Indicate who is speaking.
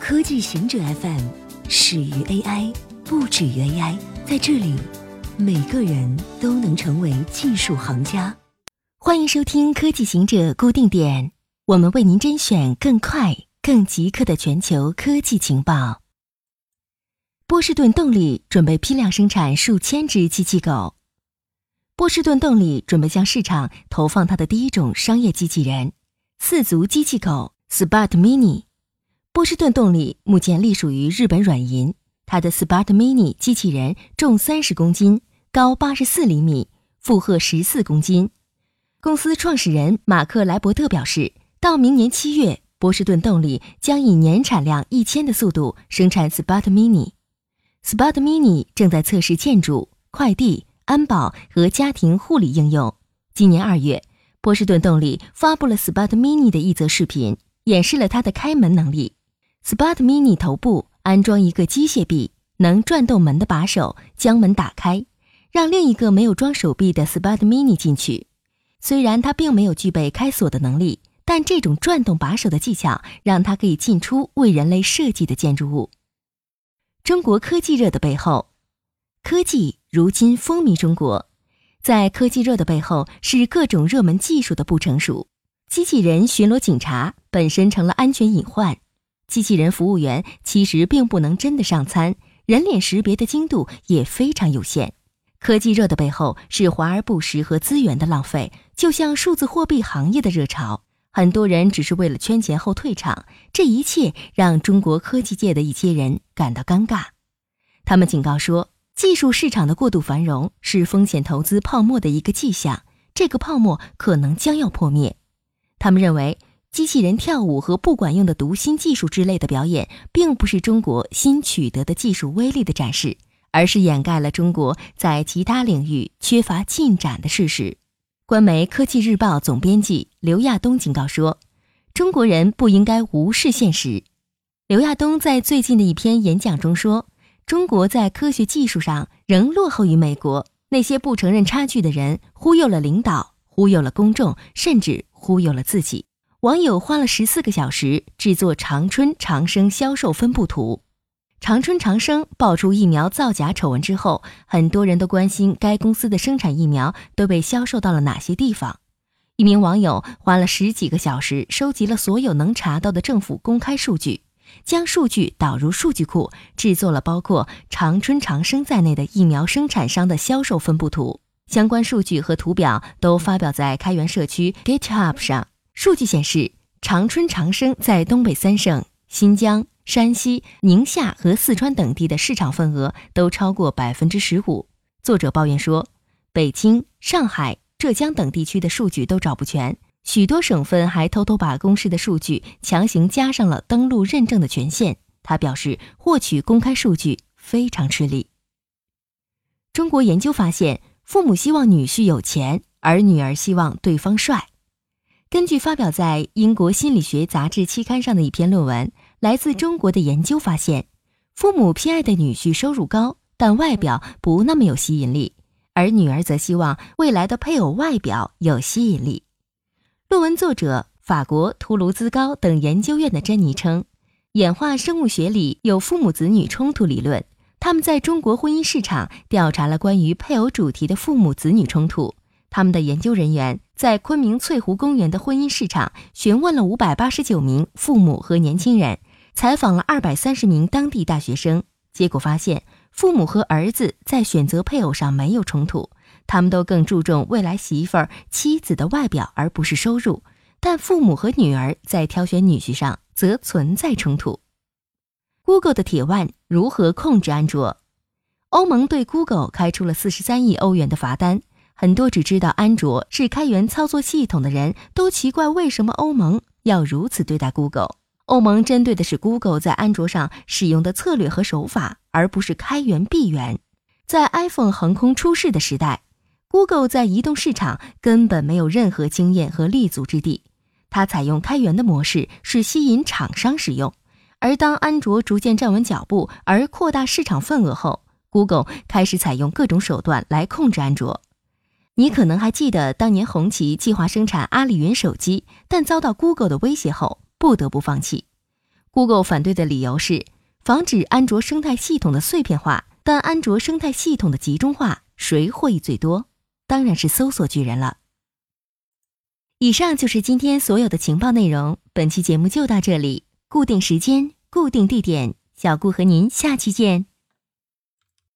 Speaker 1: 科技行者 FM 始于 AI， 不止于 AI。在这里，每个人都能成为技术行家。欢迎收听科技行者固定点，我们为您甄选更快、更即刻的全球科技情报。波士顿动力准备批量生产数千只机器狗。波士顿动力准备向市场投放它的第一种商业机器人——四足机器狗 Spot Mini。波士顿动力目前隶属于日本软银，它的 Spot Mini 机器人重30公斤，高84厘米，负荷14公斤。公司创始人马克莱伯特表示，到明年7月，波士顿动力将以年产量1000的速度生产 Spot Mini。Spot Mini 正在测试建筑、快递、安保和家庭护理应用。今年2月，波士顿动力发布了 Spot Mini 的一则视频，演示了它的开门能力。Spot Mini 头部安装一个机械臂，能转动门的把手，将门打开，让另一个没有装手臂的 Spot Mini 进去。虽然它并没有具备开锁的能力，但这种转动把手的技巧让它可以进出为人类设计的建筑物。中国科技热的背后，科技如今风靡中国。在科技热的背后是各种热门技术的不成熟。机器人巡逻警察本身成了安全隐患。机器人服务员其实并不能真的上餐，人脸识别的精度也非常有限。科技热的背后是华而不实和资源的浪费，就像数字货币行业的热潮，很多人只是为了圈钱后退场，这一切让中国科技界的一些人感到尴尬。他们警告说，技术市场的过度繁荣是风险投资泡沫的一个迹象，这个泡沫可能将要破灭。他们认为机器人跳舞和不管用的读心技术之类的表演，并不是中国新取得的技术威力的展示，而是掩盖了中国在其他领域缺乏进展的事实。官媒科技日报总编辑刘亚东警告说，中国人不应该无视现实。刘亚东在最近的一篇演讲中说，中国在科学技术上仍落后于美国，那些不承认差距的人忽悠了领导，忽悠了公众，甚至忽悠了自己。网友花了14个小时制作长春长生销售分布图。长春长生爆出疫苗造假丑闻之后，很多人都关心该公司的生产疫苗都被销售到了哪些地方。一名网友花了10几个小时收集了所有能查到的政府公开数据，将数据导入数据库，制作了包括长春长生在内的疫苗生产商的销售分布图。相关数据和图表都发表在开源社区 GitHub 上。数据显示，长春长生在东北3省新疆、山西、宁夏和四川等地的市场份额都超过 15%。 作者抱怨说，北京、上海、浙江等地区的数据都找不全，许多省份还偷偷把公示的数据强行加上了登录认证的权限。他表示，获取公开数据非常吃力。中国研究发现，父母希望女婿有钱，而女儿希望对方帅。根据发表在英国心理学杂志期刊上的一篇论文，来自中国的研究发现，父母偏爱的女婿收入高，但外表不那么有吸引力，而女儿则希望未来的配偶外表有吸引力。论文作者法国图卢兹高等研究院的珍妮称，演化生物学里有父母子女冲突理论，他们在中国婚姻市场调查了关于配偶主题的父母子女冲突。他们的研究人员在昆明翠湖公园的婚姻市场询问了589名父母和年轻人，采访了230名当地大学生。结果发现，父母和儿子在选择配偶上没有冲突，他们都更注重未来媳妇儿、妻子的外表而不是收入，但父母和女儿在挑选女婿上则存在冲突。Google 的铁腕如何控制安卓？欧盟对 Google 开出了43亿欧元的罚单。很多只知道安卓是开源操作系统的人都奇怪，为什么欧盟要如此对待 Google。 欧盟针对的是 Google 在安卓上使用的策略和手法，而不是开源闭源。在 iPhone 横空出世的时代， Google 在移动市场根本没有任何经验和立足之地。它采用开源的模式是吸引厂商使用，而当安卓逐渐站稳脚步而扩大市场份额后， Google 开始采用各种手段来控制安卓。你可能还记得当年红旗计划生产阿里云手机，但遭到 Google 的威胁后不得不放弃。 Google 反对的理由是防止安卓生态系统的碎片化，但安卓生态系统的集中化，谁获益最多？当然是搜索巨人了。以上就是今天所有的情报内容，本期节目就到这里，固定时间，固定地点，小顾和您下期见。